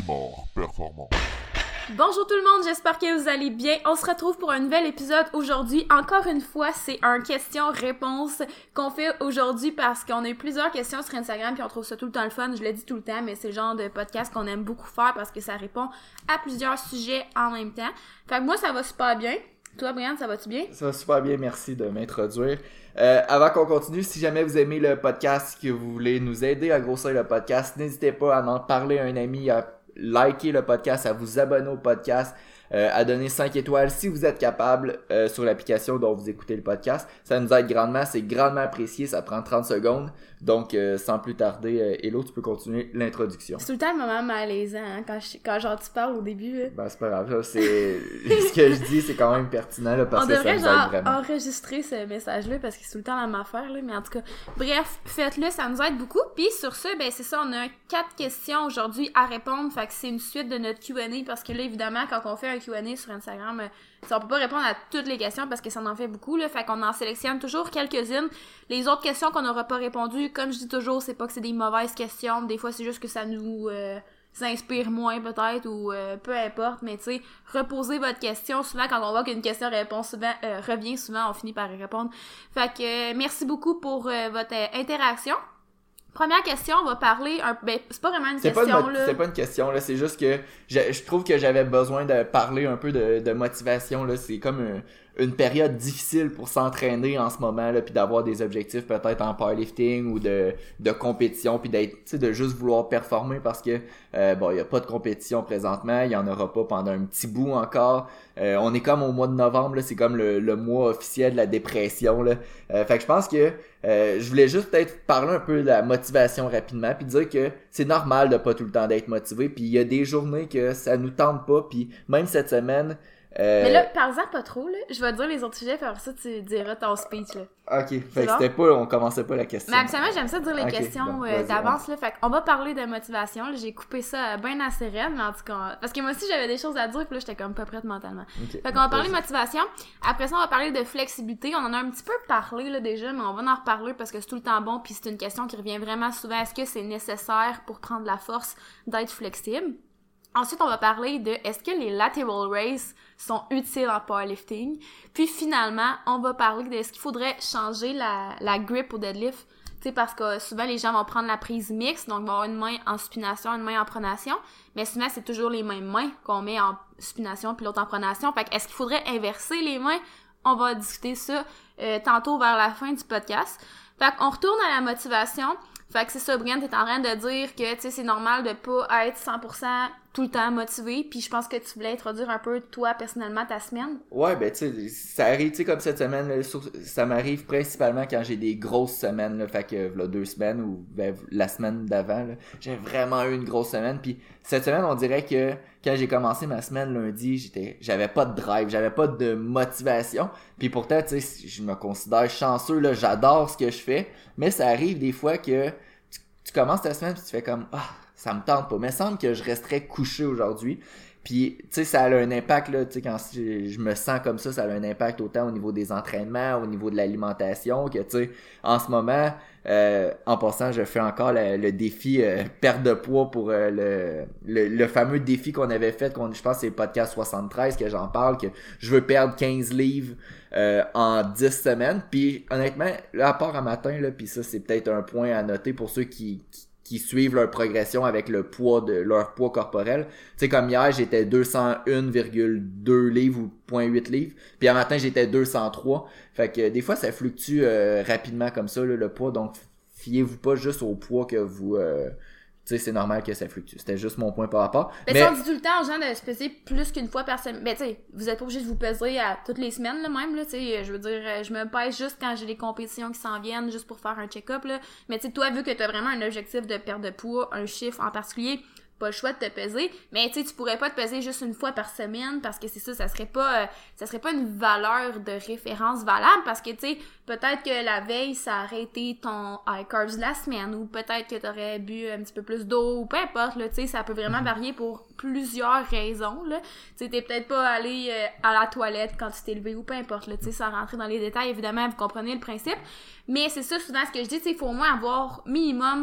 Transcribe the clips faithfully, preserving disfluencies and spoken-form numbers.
Gamer performant. Bonjour tout le monde, j'espère que vous allez bien. On se retrouve pour un nouvel épisode aujourd'hui. Encore une fois, c'est un question-réponse qu'on fait aujourd'hui parce qu'on a eu plusieurs questions sur Instagram puis on trouve ça tout le temps le fun. Je le dis tout le temps, mais c'est le genre de podcast qu'on aime beaucoup faire parce que ça répond à plusieurs sujets en même temps. Fait que moi, ça va super bien. Toi, Brian, ça va-tu bien? Ça va super bien, merci de m'introduire. Euh, avant qu'on continue, si jamais vous aimez le podcast, que vous voulez nous aider à grossir le podcast, n'hésitez pas à en parler à un ami, à liker le podcast, à vous abonner au podcast, euh, à donner cinq étoiles si vous êtes capable euh, sur l'application dont vous écoutez le podcast. Ça nous aide grandement, c'est grandement apprécié, ça prend trente secondes. Donc, euh, sans plus tarder, euh, Hello, tu peux continuer l'introduction. C'est tout le temps le moment malaisant, hein, quand, je, quand genre tu parles au début. Là. Ben, c'est pas grave, ça, c'est... ce que je dis, c'est quand même pertinent, là, parce on que ça nous aide genre vraiment. enregistrer ce message-là, parce que c'est tout le temps la même affaire, là, mais en tout cas, bref, faites-le, ça nous aide beaucoup. Puis sur ce, ben c'est ça, on a quatre questions aujourd'hui à répondre, fait que c'est une suite de notre Q and A, parce que là, évidemment, quand on fait un Q and A sur Instagram, euh, on peut pas répondre à toutes les questions parce que ça en fait beaucoup, là, fait qu'on en sélectionne toujours quelques-unes. Les autres questions qu'on n'aura pas répondu, comme je dis toujours, c'est pas que c'est des mauvaises questions, des fois c'est juste que ça nous euh, inspire moins peut-être, ou euh, peu importe, mais tu sais, reposez votre question. Souvent quand on voit qu'une question répond souvent, euh, revient souvent, on finit par y répondre. Fait que euh, merci beaucoup pour euh, votre euh, interaction. Première question, on va parler un ben c'est pas vraiment une c'est question pas une, là. C'est pas une question là, c'est juste que je, je trouve que j'avais besoin de parler un peu de, de motivation là, c'est comme un, une période difficile pour s'entraîner en ce moment là, puis d'avoir des objectifs peut-être en powerlifting ou de de compétition, puis d'être tu sais de juste vouloir performer parce que euh, bon, il y a pas de compétition présentement, il y en aura pas pendant un petit bout encore. Euh, on est comme au mois de novembre là, c'est comme le, le mois officiel de la dépression là. Euh, fait que je pense que euh, je voulais juste peut-être parler un peu de la motivation rapidement puis dire que c'est normal de pas tout le temps d'être motivé, puis il y a des journées que ça nous tente pas, puis même cette semaine euh... mais là, parle-en pas trop, là. Je vais te dire les autres sujets, puis après ça, tu diras ton speech, là. Ok, fait que c'était pas, on commençait pas la question. Mais absolument, j'aime ça dire les okay, questions bon, euh, d'avance, là. Fait qu'on va parler de motivation, là. J'ai coupé ça bien assez raide, mais en tout cas, parce que moi aussi, j'avais des choses à dire, puis là, j'étais comme pas prête mentalement. Okay, fait qu'on va parler de motivation. Après ça, on va parler de flexibilité. On en a un petit peu parlé, là, déjà, mais on va en reparler parce que c'est tout le temps bon, puis c'est une question qui revient vraiment souvent. Est-ce que c'est nécessaire pour prendre la force d'être flexible? Ensuite, on va parler de est-ce que les lateral raises sont utiles en powerlifting. Puis finalement, on va parler de est-ce qu'il faudrait changer la, la grip au deadlift. Tu sais, parce que souvent, les gens vont prendre la prise mixte, donc vont avoir une main en supination, une main en pronation. Mais souvent, c'est toujours les mêmes mains qu'on met en supination puis l'autre en pronation. Fait que est-ce qu'il faudrait inverser les mains? On va discuter ça euh, tantôt vers la fin du podcast. Fait qu'on retourne à la motivation. Fait que c'est ça, Brian, t'es en train de dire que, tu sais, c'est normal de pas être cent pour cent tout le temps motivé, puis je pense que tu voulais introduire un peu, toi, personnellement, ta semaine. Ouais, ben, tu sais, ça arrive, tu sais, comme cette semaine, là, sur, ça m'arrive principalement quand j'ai des grosses semaines, là, fait que, là, deux semaines, ou, ben, la semaine d'avant, là, j'ai vraiment eu une grosse semaine, puis cette semaine, on dirait que, quand j'ai commencé ma semaine lundi, j'étais, j'avais pas de drive, j'avais pas de motivation, puis pourtant, tu sais, je me considère chanceux, là, j'adore ce que je fais, mais ça arrive des fois que tu, tu commences ta semaine, puis tu fais comme, ah, ça me tente pas. Mais il me semble que je resterais couché aujourd'hui. Puis, tu sais, ça a un impact, là, tu sais, quand je me sens comme ça, ça a un impact autant au niveau des entraînements, au niveau de l'alimentation, que, tu sais, en ce moment, euh, en passant, je fais encore le, le défi euh, perte de poids pour euh, le, le le fameux défi qu'on avait fait, qu'on, je pense que c'est le podcast soixante-treize que j'en parle, que je veux perdre quinze livres euh, en dix semaines. Puis, honnêtement, là, à part un matin, là, puis ça, c'est peut-être un point à noter pour ceux qui, qui qui suivent leur progression avec le poids de leur poids corporel. Tu sais, comme hier, j'étais deux cent un virgule deux livres ou zéro virgule huit livres, puis un matin, j'étais deux cent trois. Fait que des fois, ça fluctue euh, rapidement comme ça, là, le poids, donc fiez-vous pas juste au poids que vous... Euh, tu sais, c'est normal que ça fluctue. C'était juste mon point par rapport. Mais, mais... si on dit tout le temps aux gens de se peser plus qu'une fois par semaine, ben tu sais, vous êtes pas obligé de vous peser à toutes les semaines là même là, tu sais, je veux dire, je me pèse juste quand j'ai des compétitions qui s'en viennent, juste pour faire un check-up là. Mais tu sais, toi, vu que t'as vraiment un objectif de perte de poids, un chiffre en particulier, pas le choix de te peser, mais tu sais, tu pourrais pas te peser juste une fois par semaine parce que c'est ça, ça serait pas euh, ça serait pas une valeur de référence valable parce que tu sais, peut-être que la veille ça aurait été ton high carbs de la semaine ou peut-être que t'aurais bu un petit peu plus d'eau ou peu importe là, tu sais, ça peut vraiment varier pour plusieurs raisons là. Tu sais, t'es peut-être pas allé euh, à la toilette quand tu t'es levé ou peu importe là, tu sais, sans rentrer dans les détails, évidemment, vous comprenez le principe, mais c'est ça souvent ce que je dis, tu sais, il faut au moins avoir minimum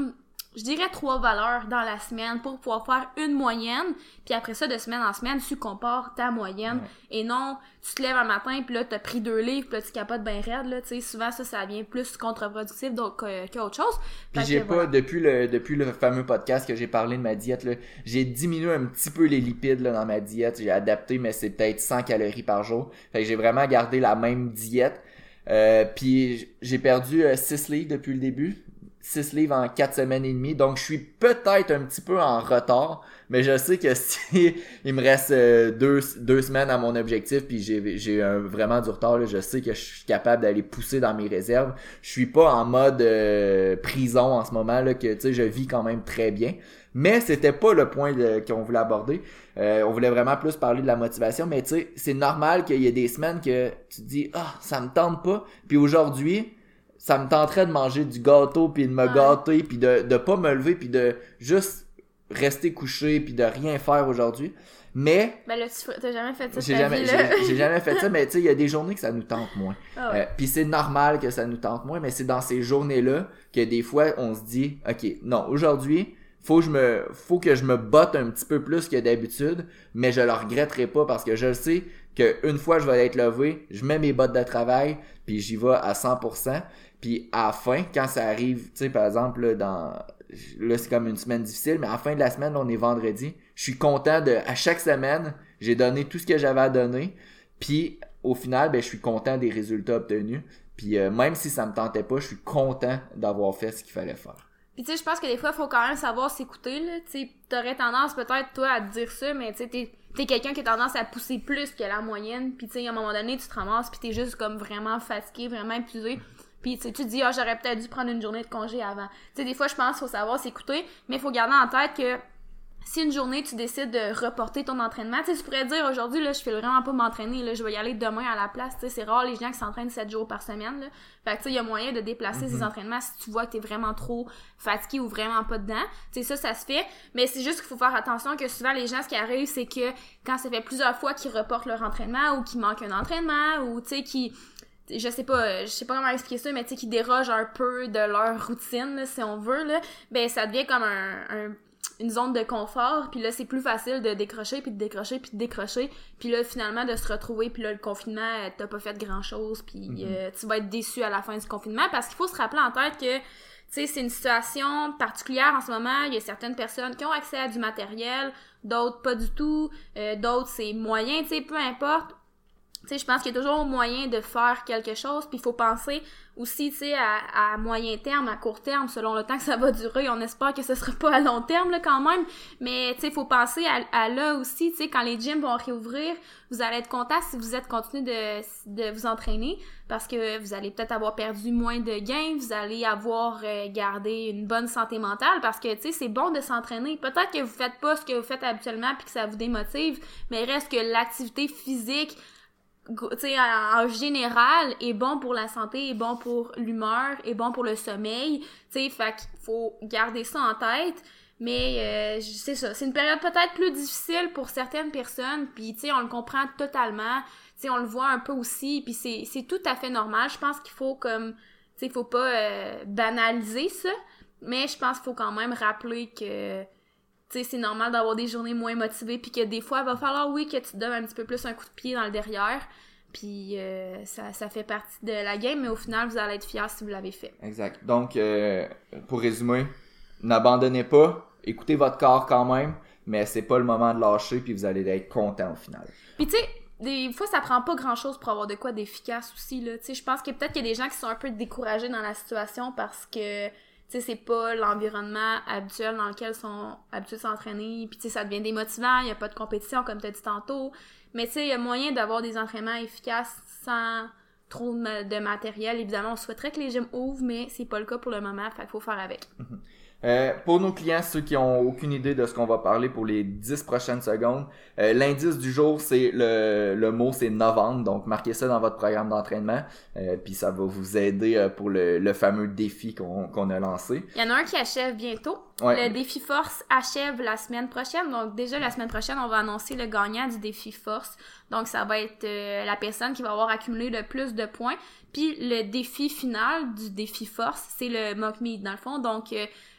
je dirais trois valeurs dans la semaine pour pouvoir faire une moyenne, puis après ça, de semaine en semaine, tu compares ta moyenne, ouais. Et non, tu te lèves un matin, puis là, t'as pris deux livres, puis là, tu capotes bien raide, là, tu sais, souvent, ça, ça devient plus contre-productif donc, euh, qu'autre chose. Puis j'ai que, pas, voilà. depuis le depuis le fameux podcast que j'ai parlé de ma diète, là, j'ai diminué un petit peu les lipides, là, dans ma diète, j'ai adapté, mais c'est peut-être cent calories par jour, fait que j'ai vraiment gardé la même diète, euh, puis j'ai perdu euh, six livres depuis le début, six livres en quatre semaines et demie, donc je suis peut-être un petit peu en retard, mais je sais que si il me reste euh, deux, deux semaines à mon objectif, puis j'ai, j'ai un, vraiment du retard, là, je sais que je suis capable d'aller pousser dans mes réserves. Je suis pas en mode euh, prison en ce moment, là, que tu sais, je vis quand même très bien. Mais c'était pas le point de, qu'on voulait aborder. Euh, on voulait vraiment plus parler de la motivation, mais tu sais, c'est normal qu'il y ait des semaines que tu te dis « Ah, ça me tente pas », puis aujourd'hui, ça me tenterait de manger du gâteau puis de me ouais. gâter puis de de pas me lever puis de juste rester couché puis de rien faire aujourd'hui. Mais ben là tu t'as jamais fait ça j'ai jamais vie, là. j'ai, j'ai jamais fait ça, mais tu sais il y a des journées que ça nous tente moins. Ah ouais. euh, puis c'est normal que ça nous tente moins, mais c'est dans ces journées-là que des fois on se dit OK, non, aujourd'hui, faut que je me faut que je me botte un petit peu plus que d'habitude, mais je le regretterai pas parce que je le sais que une fois je vais être levé, je mets mes bottes de travail puis j'y vais à cent pour cent. Puis à la fin, quand ça arrive, tu sais, par exemple, là, dans là, c'est comme une semaine difficile, mais à la fin de la semaine, là, on est vendredi, je suis content de, à chaque semaine, j'ai donné tout ce que j'avais à donner, puis au final, ben, je suis content des résultats obtenus, puis euh, même si ça me tentait pas, je suis content d'avoir fait ce qu'il fallait faire. Puis tu sais, je pense que des fois, il faut quand même savoir s'écouter, là, tu sais, t'aurais tendance peut-être, toi, à te dire ça, mais tu sais, t'es, t'es quelqu'un qui a tendance à pousser plus que la moyenne, puis tu sais, à un moment donné, tu te ramasses, puis t'es juste comme vraiment fatigué, vraiment épuisé. Puis tu te dis, ah, j'aurais peut-être dû prendre une journée de congé avant. Tu sais, des fois, je pense qu'il faut savoir s'écouter, mais il faut garder en tête que si une journée, tu décides de reporter ton entraînement, tu sais, tu pourrais dire, aujourd'hui, là, je fais vraiment pas m'entraîner, là, je vais y aller demain à la place, tu sais, c'est rare les gens qui s'entraînent sept jours par semaine, là. Fait que, tu sais, il y a moyen de déplacer mm-hmm. ces entraînements si tu vois que t'es vraiment trop fatigué ou vraiment pas dedans. Tu sais, ça, ça se fait. Mais c'est juste qu'il faut faire attention que souvent, les gens, ce qui arrive, c'est que quand ça fait plusieurs fois qu'ils reportent leur entraînement ou qu'ils manquent un entraînement ou, tu sais, qu'ils je sais pas, je sais pas comment expliquer ça, mais tu sais, qui dérogent un peu de leur routine, là, si on veut, là, ben ça devient comme un, un une zone de confort, puis là, c'est plus facile de décrocher, puis de décrocher, puis de décrocher, puis là, finalement, de se retrouver, puis là, le confinement, t'as pas fait grand-chose, puis mm-hmm. euh, tu vas être déçu à la fin du confinement, parce qu'il faut se rappeler en tête que, tu sais, c'est une situation particulière en ce moment, il y a certaines personnes qui ont accès à du matériel, d'autres pas du tout, euh, d'autres c'est moyen, tu sais, peu importe. Tu sais, je pense qu'il y a toujours moyen de faire quelque chose, puis il faut penser aussi, tu sais, à, à moyen terme, à court terme, selon le temps que ça va durer. On espère que ce sera pas à long terme, là, quand même. Mais, tu sais, il faut penser à, à là aussi, tu sais, quand les gyms vont réouvrir, vous allez être content si vous êtes continué de, de vous entraîner, parce que vous allez peut-être avoir perdu moins de gains, vous allez avoir euh, gardé une bonne santé mentale, parce que, tu sais, c'est bon de s'entraîner. Peut-être que vous faites pas ce que vous faites habituellement, puis que ça vous démotive, mais reste que l'activité physique, tu sais, en général, est bon pour la santé, est bon pour l'humeur, est bon pour le sommeil, tu sais, fait qu'il faut garder ça en tête, mais euh, c'est ça, c'est une période peut-être plus difficile pour certaines personnes, puis tu sais, on le comprend totalement, tu sais, on le voit un peu aussi, puis c'est c'est tout à fait normal, je pense qu'il faut comme, tu sais, il faut pas euh, banaliser ça, mais je pense qu'il faut quand même rappeler que tu sais, c'est normal d'avoir des journées moins motivées, puis que des fois, il va falloir, oui, que tu te donnes un petit peu plus un coup de pied dans le derrière, puis euh, ça, ça fait partie de la game, mais au final, vous allez être fiers si vous l'avez fait. Exact. Donc, euh, pour résumer, n'abandonnez pas, écoutez votre corps quand même, mais c'est pas le moment de lâcher, puis vous allez être content au final. Puis tu sais, des fois, ça prend pas grand-chose pour avoir de quoi d'efficace aussi, là. Tu sais, je pense que peut-être qu'il y a des gens qui sont un peu découragés dans la situation parce que tu sais, c'est pas l'environnement habituel dans lequel ils sont habitués de s'entraîner, puis tu sais, ça devient démotivant, il y a pas de compétition, comme t'as dit tantôt, mais tu sais, il y a moyen d'avoir des entraînements efficaces sans trop de matériel. Évidemment, on souhaiterait que les gyms ouvrent, mais c'est pas le cas pour le moment, fait qu'il faut faire avec. Mm-hmm. Euh, pour nos clients, ceux qui ont aucune idée de ce qu'on va parler pour les dix prochaines secondes, euh, l'indice du jour, c'est le, le mot, c'est novembre, donc marquez ça dans votre programme d'entraînement, euh, puis ça va vous aider euh, pour le, le fameux défi qu'on, qu'on a lancé. Il y en a un qui achève bientôt. Ouais. Le défi force achève la semaine prochaine, donc déjà la semaine prochaine, on va annoncer le gagnant du défi force, donc ça va être euh, la personne qui va avoir accumulé le plus de points, puis le défi final du défi force, c'est le mock meet dans le fond, donc euh,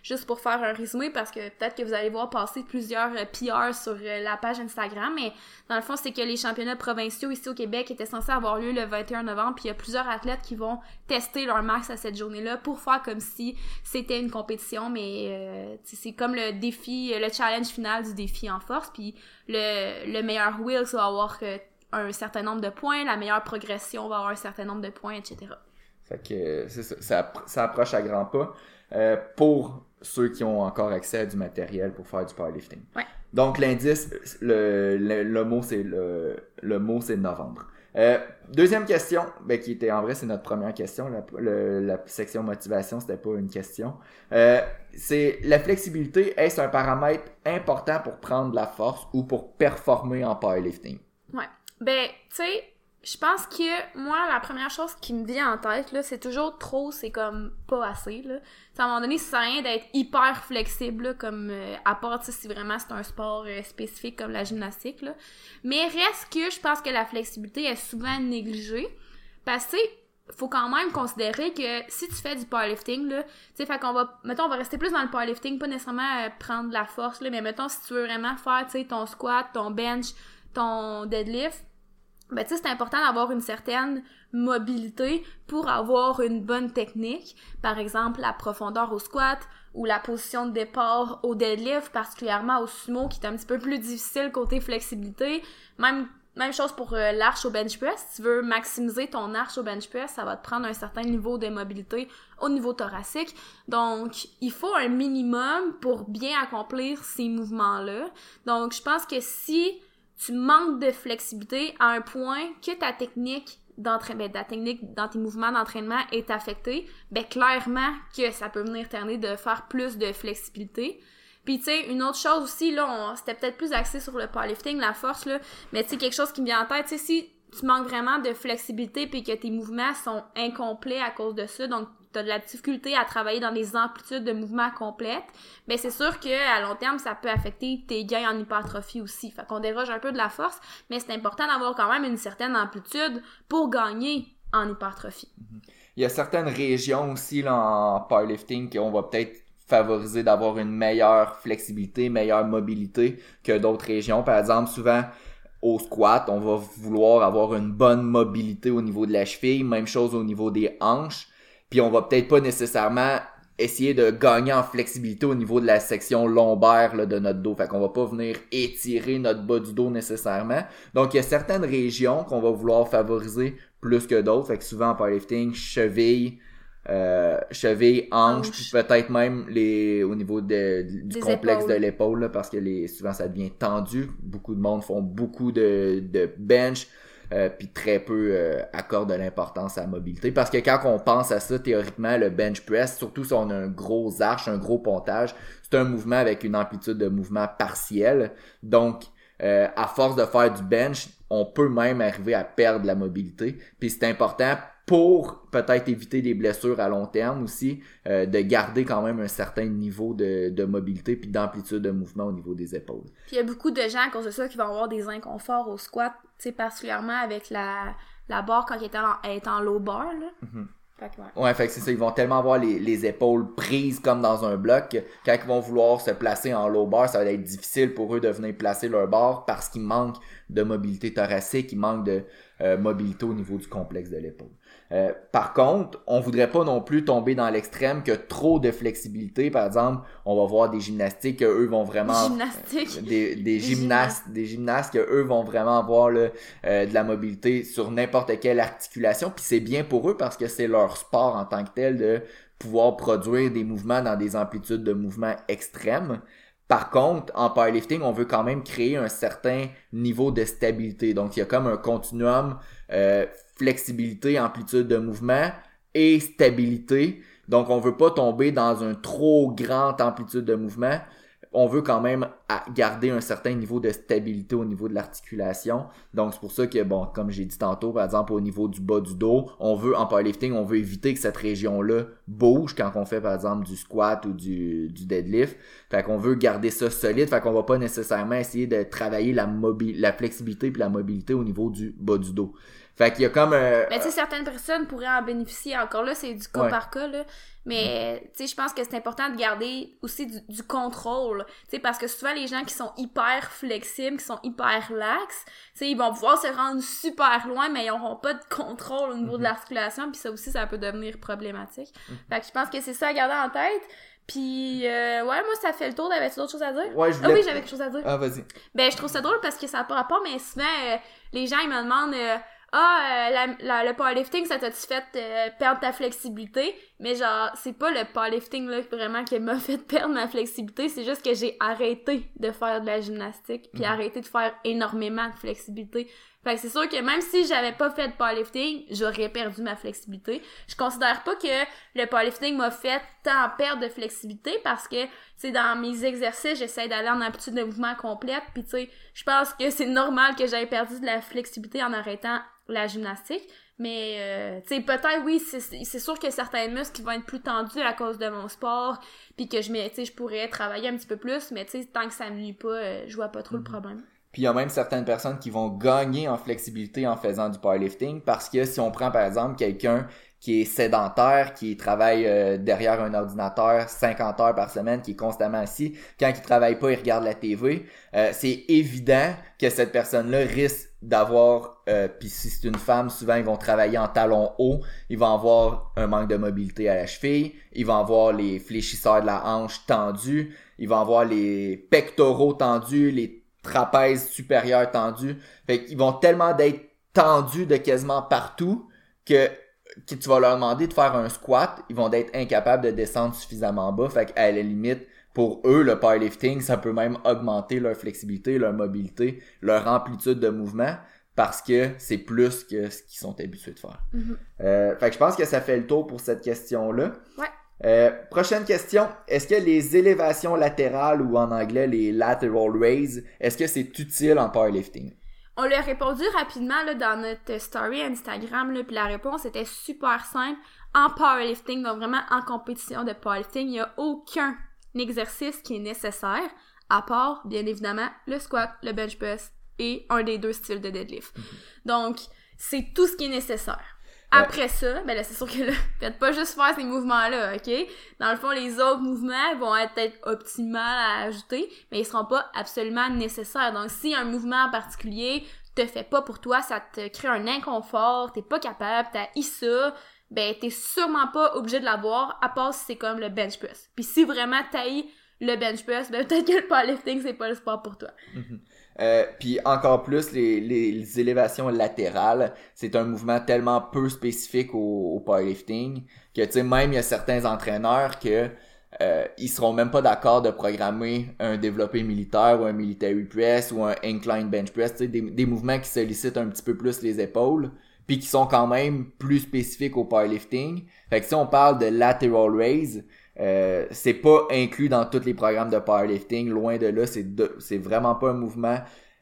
juste pour faire un résumé, parce que peut-être que vous allez voir passer plusieurs euh, P R sur euh, la page Instagram, mais dans le fond, c'est que les championnats provinciaux ici au Québec étaient censés avoir lieu le vingt et un novembre, puis il y a plusieurs athlètes qui vont tester leur max à cette journée-là pour faire comme si c'était une compétition, mais euh, c'est comme le défi, le challenge final du défi en force, puis le, le meilleur wheel, ça va avoir euh, un certain nombre de points, la meilleure progression va avoir un certain nombre de points, et cetera. Fait que c'est ça, ça, ça approche à grands pas euh, pour ceux qui ont encore accès à du matériel pour faire du powerlifting. Ouais. Donc l'indice, le, le, le mot c'est le, le mot c'est novembre. Euh, deuxième question, ben, qui était en vrai c'est notre première question, la, le, la section motivation c'était pas une question. Euh, c'est la flexibilité, est-ce un paramètre important pour prendre la force ou pour performer en powerlifting? Ouais. Ben, tu sais, je pense que moi, la première chose qui me vient en tête, là, c'est toujours trop, c'est comme pas assez, là. T'sais, à un moment donné, ça sert à rien d'être hyper flexible, là, comme, euh, à part, si vraiment c'est un sport euh, spécifique comme la gymnastique, là. Mais reste que je pense que la flexibilité est souvent négligée, parce que, faut quand même considérer que si tu fais du powerlifting, là, tu sais, fait qu'on va, mettons, on va rester plus dans le powerlifting, pas nécessairement euh, prendre de la force, là, mais mettons, si tu veux vraiment faire, tu sais, ton squat, ton bench, ton deadlift, ben, tu sais, c'est important d'avoir une certaine mobilité pour avoir une bonne technique. Par exemple, la profondeur au squat ou la position de départ au deadlift, particulièrement au sumo, qui est un petit peu plus difficile côté flexibilité. Même, même chose pour euh, l'arche au bench press. Si tu veux maximiser ton arche au bench press, ça va te prendre un certain niveau de mobilité au niveau thoracique. Donc, il faut un minimum pour bien accomplir ces mouvements-là. Donc, je pense que si tu manques de flexibilité à un point que ta technique d'entraînement, ta technique dans tes mouvements d'entraînement est affectée, ben clairement que ça peut venir t'aider de faire plus de flexibilité. Puis tu sais, une autre chose aussi, là, on, c'était peut-être plus axé sur le powerlifting, la force, là, mais tu sais, quelque chose qui me vient en tête, tu sais, si tu manques vraiment de flexibilité puis que tes mouvements sont incomplets à cause de ça, donc t'as de la difficulté à travailler dans des amplitudes de mouvements complètes, ben c'est sûr que à long terme, ça peut affecter tes gains en hypertrophie aussi. Fait qu'on déroge un peu de la force, mais c'est important d'avoir quand même une certaine amplitude pour gagner en hypertrophie. Il y a certaines régions aussi là, en powerlifting qu'on va peut-être favoriser d'avoir une meilleure flexibilité, meilleure mobilité que d'autres régions. Par exemple, souvent au squat, on va vouloir avoir une bonne mobilité au niveau de la cheville, même chose au niveau des hanches. Puis on va peut-être pas nécessairement essayer de gagner en flexibilité au niveau de la section lombaire là, de notre dos. Fait qu'on va pas venir étirer notre bas du dos nécessairement. Donc il y a certaines régions qu'on va vouloir favoriser plus que d'autres. Fait que souvent en powerlifting, cheville, euh, cheville, hanche, puis peut-être même les au niveau de, du Des complexe épaules. de l'épaule là, parce que les souvent ça devient tendu. Beaucoup de monde font beaucoup de, de bench. Euh, puis très peu euh, accorde de l'importance à la mobilité. Parce que quand on pense à ça, théoriquement, le bench press, surtout si on a un gros arche, un gros pontage, c'est un mouvement avec une amplitude de mouvement partielle. Donc, euh, à force de faire du bench, on peut même arriver à perdre la mobilité. Puis c'est important pour peut-être éviter des blessures à long terme aussi, euh, de garder quand même un certain niveau de, de mobilité puis d'amplitude de mouvement au niveau des épaules. Puis il y a beaucoup de gens à cause de ça qui vont avoir des inconforts au squat, tu sais, particulièrement avec la, la barre quand elle est en, elle est en low bar, là. Mm-hmm. Fait que ouais. Ouais, fait que c'est ça, ils vont tellement avoir les, les épaules prises comme dans un bloc que quand ils vont vouloir se placer en low bar, ça va être difficile pour eux de venir placer leur barre parce qu'ils manquent de mobilité thoracique, ils manquent de euh, mobilité au niveau du complexe de l'épaule. Euh, par contre, on voudrait pas non plus tomber dans l'extrême que trop de flexibilité. Par exemple, on va voir des gymnastiques que eux vont vraiment Gymnastique. des, des, des gymnastes, des gymnastes que eux vont vraiment avoir là, euh, de la mobilité sur n'importe quelle articulation. Puis c'est bien pour eux parce que c'est leur sport en tant que tel de pouvoir produire des mouvements dans des amplitudes de mouvement extrêmes. Par contre, en powerlifting, on veut quand même créer un certain niveau de stabilité. Donc, il y a comme un continuum euh, flexibilité, amplitude de mouvement et stabilité. Donc, on veut pas tomber dans un trop grand amplitude de mouvement. On veut quand même garder un certain niveau de stabilité au niveau de l'articulation. Donc, c'est pour ça que, bon, comme j'ai dit tantôt, par exemple, au niveau du bas du dos, on veut, en powerlifting, on veut éviter que cette région-là bouge quand on fait, par exemple, du squat ou du, du deadlift. Fait qu'on veut garder ça solide. Fait qu'on va pas nécessairement essayer de travailler la mobi- la flexibilité puis la mobilité au niveau du bas du dos. Fait qu'il y a comme un... Mais tu sais, certaines personnes pourraient en bénéficier. Encore là, c'est du cas Ouais. par cas, là. Mais, tu sais, je pense que c'est important de garder aussi du, du contrôle. Tu sais, parce que souvent, les gens qui sont hyper flexibles, qui sont hyper laxes, tu sais, ils vont pouvoir se rendre super loin, mais ils n'auront pas de contrôle au niveau Mm-hmm. de l'articulation, puis ça aussi, ça peut devenir problématique. Mm-hmm. Fait que je pense que c'est ça à garder en tête. Puis, euh, ouais, moi, ça fait le tour. T'avais-tu d'autres choses à dire? Ouais, je voulais... Ah oui, j'avais quelque chose à dire. Ah, vas-y. Ben, je trouve ça drôle parce que ça n'a pas rapport, mais souvent, euh, les gens, ils me demandent... Euh, ah, euh, la, la, le powerlifting, ça t'a-tu fait euh, perdre ta flexibilité? Mais genre, c'est pas le powerlifting, là, vraiment, qui m'a fait perdre ma flexibilité, c'est juste que j'ai arrêté de faire de la gymnastique, puis Mm-hmm. arrêté de faire énormément de flexibilité. Fait que c'est sûr que même si j'avais pas fait de powerlifting, j'aurais perdu ma flexibilité. Je considère pas que le powerlifting m'a fait tant perdre de flexibilité parce que, tu sais, dans mes exercices, j'essaie d'aller en amplitude de mouvement complète, puis tu sais, je pense que c'est normal que j'aie perdu de la flexibilité en arrêtant la gymnastique, mais euh, tu sais, peut-être oui, c'est, c'est sûr que certains muscles qui vont être plus tendus à cause de mon sport, puis que je, tu sais, je pourrais travailler un petit peu plus, mais tu sais, tant que ça me nuit pas, euh, je vois pas trop mm-hmm. le problème. Puis il y a même certaines personnes qui vont gagner en flexibilité en faisant du powerlifting parce que si on prend par exemple quelqu'un qui est sédentaire, qui travaille euh, derrière un ordinateur cinquante heures par semaine, qui est constamment assis, quand il travaille pas, il regarde la T V, euh, c'est évident que cette personne-là risque d'avoir, euh, puis si c'est une femme, souvent ils vont travailler en talons hauts, ils vont avoir un manque de mobilité à la cheville, ils vont avoir les fléchisseurs de la hanche tendus, ils vont avoir les pectoraux tendus, les trapèzes supérieurs tendus. Fait qu'ils vont tellement d'être tendus de quasiment partout que, que tu vas leur demander de faire un squat, ils vont être incapables de descendre suffisamment bas. Fait qu'à la limite, pour eux, le powerlifting, ça peut même augmenter leur flexibilité, leur mobilité, leur amplitude de mouvement parce que c'est plus que ce qu'ils sont habitués de faire. Mm-hmm. Euh, fait que je pense que ça fait le tour pour cette question-là. Ouais. Euh, prochaine question, est-ce que les élévations latérales ou en anglais les lateral raise, est-ce que c'est utile en powerlifting? On l'a répondu rapidement là, dans notre story Instagram, là, puis la réponse était super simple. En powerlifting, donc vraiment en compétition de powerlifting, il n'y a aucun exercice qui est nécessaire, à part, bien évidemment, le squat, le bench press et un des deux styles de deadlift. Mm-hmm. Donc, c'est tout ce qui est nécessaire. Après ça, ben là, c'est sûr que là, faites pas juste faire ces mouvements-là, OK? Dans le fond, les autres mouvements vont être peut-être optimaux à ajouter, mais ils seront pas absolument nécessaires. Donc, si un mouvement en particulier te fait pas pour toi, ça te crée un inconfort, t'es pas capable, t'as eu ça, ben, t'es sûrement pas obligé de l'avoir, à part si c'est comme le bench press. Puis si vraiment t'as eu le bench press, ben, peut-être que le powerlifting, c'est pas le sport pour toi. Mm-hmm. Euh, puis encore plus les, les, les élévations latérales, c'est un mouvement tellement peu spécifique au, au powerlifting que tu sais même il y a certains entraîneurs que euh, ils seront même pas d'accord de programmer un développé militaire ou un military press ou un incline bench press, tu sais des, des mouvements qui sollicitent un petit peu plus les épaules puis qui sont quand même plus spécifiques au powerlifting. Fait que si on parle de lateral raise, Euh, c'est pas inclus dans tous les programmes de powerlifting, loin de là, c'est de, c'est vraiment pas un mouvement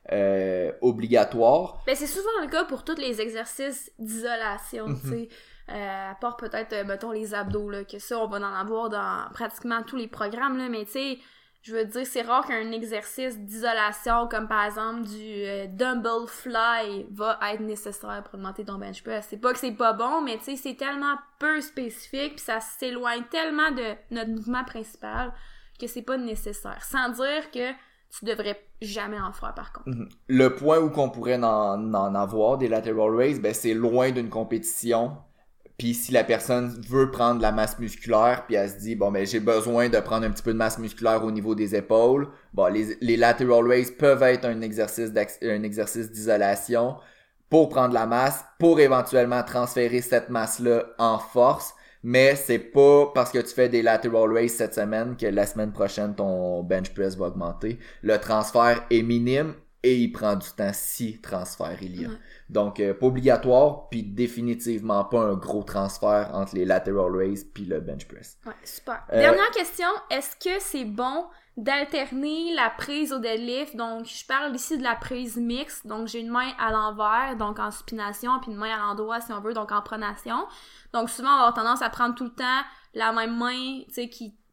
euh, obligatoire. Ben c'est souvent le cas pour tous les exercices d'isolation, mm-hmm. tu sais, euh, à part peut-être, euh, mettons, les abdos, là, que ça, on va en avoir dans pratiquement tous les programmes, là, mais tu sais, je veux dire, c'est rare qu'un exercice d'isolation, comme par exemple du euh, dumbbell fly, va être nécessaire pour augmenter ton bench press. C'est pas que c'est pas bon, mais tu sais, c'est tellement peu spécifique, puis ça s'éloigne tellement de notre mouvement principal que c'est pas nécessaire. Sans dire que tu devrais jamais en faire, par contre. Le point où qu'on pourrait en, en avoir des lateral raise, ben c'est loin d'une compétition. Puis si la personne veut prendre de la masse musculaire, puis elle se dit, bon, ben j'ai besoin de prendre un petit peu de masse musculaire au niveau des épaules, bon, les, les lateral raise peuvent être un exercice, un exercice d'isolation pour prendre la masse, pour éventuellement transférer cette masse-là en force, mais c'est pas parce que tu fais des lateral raise cette semaine que la semaine prochaine, ton bench press va augmenter. Le transfert est minime et il prend du temps si transfert il y a. Ouais. Donc, euh, pas obligatoire, puis définitivement pas un gros transfert entre les lateral raise puis le bench press. Ouais, super. Euh, Dernière question, est-ce que c'est bon d'alterner la prise au deadlift? Donc, je parle ici de la prise mixte. Donc, j'ai une main à l'envers, donc en supination, puis une main à l'endroit, si on veut, donc en pronation. Donc, souvent, on va avoir tendance à prendre tout le temps la même main, tu sais, qui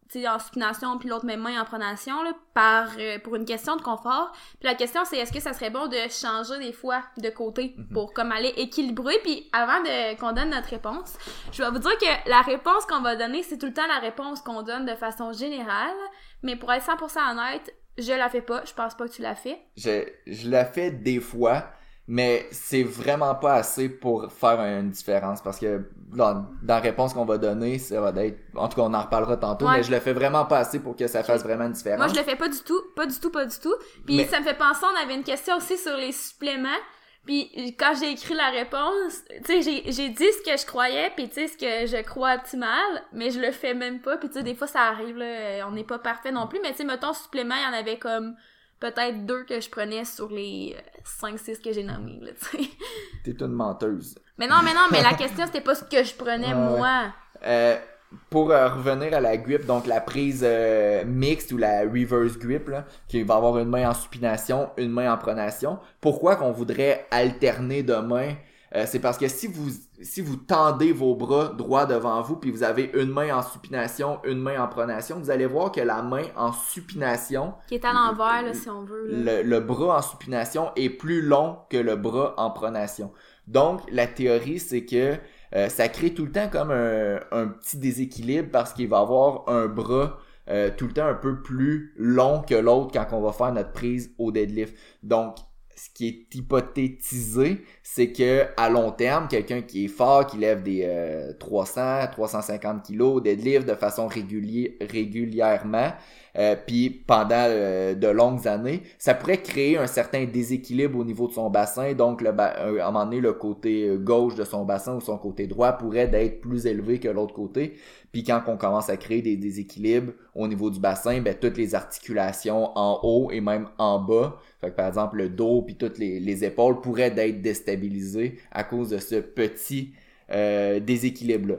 tu sais, en supination, puis l'autre même main en pronation, là, par, euh, pour une question de confort. Puis la question, c'est est-ce que ça serait bon de changer des fois de côté mm-hmm. pour comme aller équilibrer? Puis avant de, qu'on donne notre réponse, je vais vous dire que la réponse qu'on va donner, c'est tout le temps la réponse qu'on donne de façon générale. Mais pour être cent pour cent honnête, je la fais pas. Je pense pas que tu la fais. Je, je la fais des fois, mais c'est vraiment pas assez pour faire une différence parce que dans, dans la réponse qu'on va donner, ça va être, en tout cas on en reparlera tantôt, ouais. mais je le fais vraiment pas assez pour que ça fasse vraiment une différence. Moi je le fais pas du tout, pas du tout, pas du tout. Puis mais... ça me fait penser, on avait une question aussi sur les suppléments. Puis quand j'ai écrit la réponse, tu sais, j'ai, j'ai dit ce que je croyais, puis tu sais, ce que je crois optimal, mais je le fais même pas. Puis tu sais, des fois ça arrive, là, on n'est pas parfait non plus, mais tu sais, mettons, supplément, il y en avait comme peut-être deux que je prenais sur les cinq six que j'ai nommés, là, tu sais. T'es une menteuse. Mais non, mais non, mais la question, c'était pas ce que je prenais, euh, moi. Euh... Pour euh, revenir à la grip, donc la prise euh, mixte ou la reverse grip, là, qui va avoir une main en supination, une main en pronation. Pourquoi qu'on voudrait alterner de main? Euh, c'est parce que si vous si vous tendez vos bras droit devant vous, puis vous avez une main en supination, une main en pronation, vous allez voir que la main en supination... Qui est à l'envers, là, si on veut. Là. Le, le bras en supination est plus long que le bras en pronation. Donc, la théorie, c'est que Euh, ça crée tout le temps comme un, un petit déséquilibre parce qu'il va avoir un bras euh, tout le temps un peu plus long que l'autre quand on va faire notre prise au deadlift. Donc, ce qui est hypothétisé, c'est que à long terme, quelqu'un qui est fort, qui lève des euh, trois cents, trois cent cinquante kilos au deadlift de façon régulier, régulièrement, euh, puis pendant euh, de longues années, ça pourrait créer un certain déséquilibre au niveau de son bassin. Donc, le ba- à un moment donné, le côté gauche de son bassin ou son côté droit pourrait être plus élevé que l'autre côté. Puis quand on commence à créer des déséquilibres au niveau du bassin, ben toutes les articulations en haut et même en bas, fait que par exemple le dos puis toutes les, les épaules pourraient être déstabilisées à cause de ce petit euh, déséquilibre-là.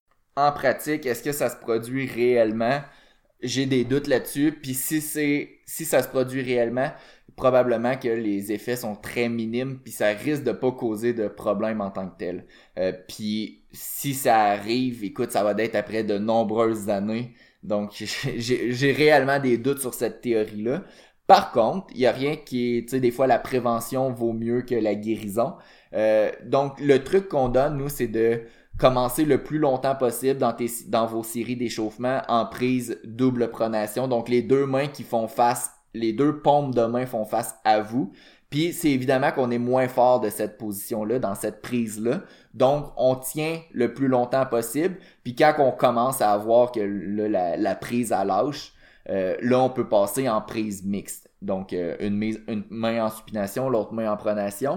En pratique, est-ce que ça se produit réellement? J'ai des doutes là-dessus. Puis si c'est si ça se produit réellement, probablement que les effets sont très minimes puis ça risque de pas causer de problème en tant que tel. Euh, puis si ça arrive, écoute, ça va être après de nombreuses années. Donc j'ai, j'ai réellement des doutes sur cette théorie-là. Par contre, il y a rien qui est, tu sais, des fois la prévention vaut mieux que la guérison. Euh, donc le truc qu'on donne, nous, c'est de commencer le plus longtemps possible dans, tes, dans vos séries d'échauffement en prise double pronation. Donc les deux mains qui font face les deux paumes de main font face à vous. Puis c'est évidemment qu'on est moins fort de cette position-là, dans cette prise-là. Donc on tient le plus longtemps possible. Puis quand on commence à voir que là, la, la prise à lâche, euh, là on peut passer en prise mixte. Donc euh, une, mise, une main en supination, l'autre main en pronation.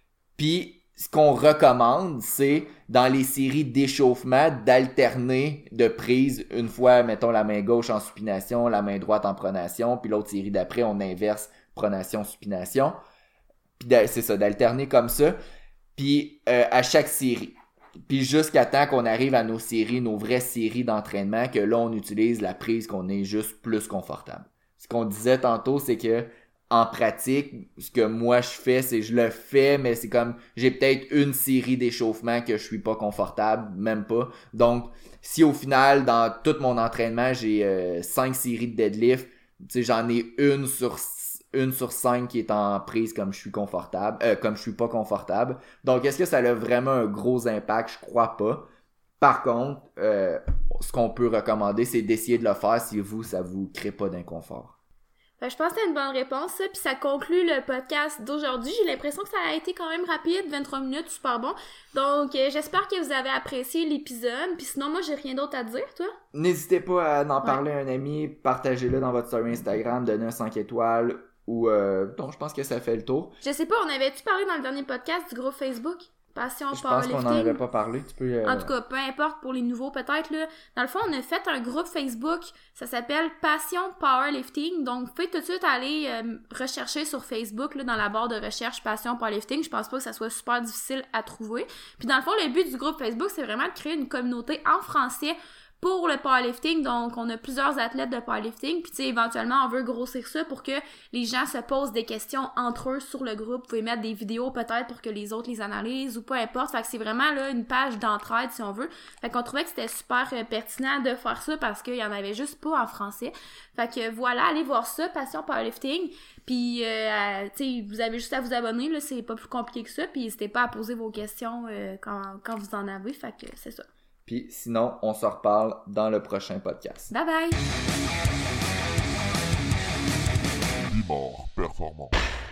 Puis ce qu'on recommande, c'est dans les séries d'échauffement d'alterner de prise une fois, mettons, la main gauche en supination, la main droite en pronation, puis l'autre série d'après, on inverse pronation-supination. Puis c'est ça, d'alterner comme ça, puis euh, à chaque série. Puis jusqu'à temps qu'on arrive à nos séries, nos vraies séries d'entraînement, que là, on utilise la prise qu'on est juste plus confortable. Ce qu'on disait tantôt, c'est que en pratique, ce que moi je fais, c'est je le fais, mais c'est comme j'ai peut-être une série d'échauffement que je suis pas confortable, même pas. Donc, si au final, dans tout mon entraînement, j'ai euh, cinq séries de deadlift, tu sais, j'en ai une sur une sur cinq qui est en prise comme je suis confortable, euh, comme je suis pas confortable. Donc, est-ce que ça a vraiment un gros impact? Je crois pas. Par contre, euh, ce qu'on peut recommander, c'est d'essayer de le faire si vous, ça vous crée pas d'inconfort. Ben, je pense que c'était une bonne réponse, ça, puis ça conclut le podcast d'aujourd'hui. J'ai l'impression que ça a été quand même rapide, vingt-trois minutes, super bon. Donc, euh, j'espère que vous avez apprécié l'épisode, puis sinon, moi, j'ai rien d'autre à dire, toi? N'hésitez pas à en parler ouais. à un ami, partagez-le dans votre story Instagram, donnez un cinq étoiles, ou euh, donc je pense que ça fait le tour. Je sais pas, on avait-tu parlé dans le dernier podcast du groupe Facebook? Passion Je pense qu'on n'en avait pas parlé. Tu peux, euh... En tout cas, peu importe pour les nouveaux peut-être. Là. Dans le fond, on a fait un groupe Facebook. Ça s'appelle Passion Powerlifting. Donc, vous pouvez tout de suite aller euh, rechercher sur Facebook là, dans la barre de recherche Passion Powerlifting. Je pense pas que ça soit super difficile à trouver. Puis dans le fond, le but du groupe Facebook, c'est vraiment de créer une communauté en français pour le powerlifting. Donc, on a plusieurs athlètes de powerlifting. Puis, tu sais, éventuellement, on veut grossir ça pour que les gens se posent des questions entre eux sur le groupe. Vous pouvez mettre des vidéos peut-être pour que les autres les analysent ou peu importe. Fait que c'est vraiment là une page d'entraide, si on veut. Fait qu'on trouvait que c'était super euh, pertinent de faire ça parce qu'il y en avait juste pas en français. Fait que voilà, allez voir ça, Passion Powerlifting. Puis, euh, tu sais, vous avez juste à vous abonner, là, c'est pas plus compliqué que ça. Puis, n'hésitez pas à poser vos questions euh, quand, quand vous en avez. Fait que c'est ça. Puis sinon, on se reparle dans le prochain podcast. Bye bye! Libre performance.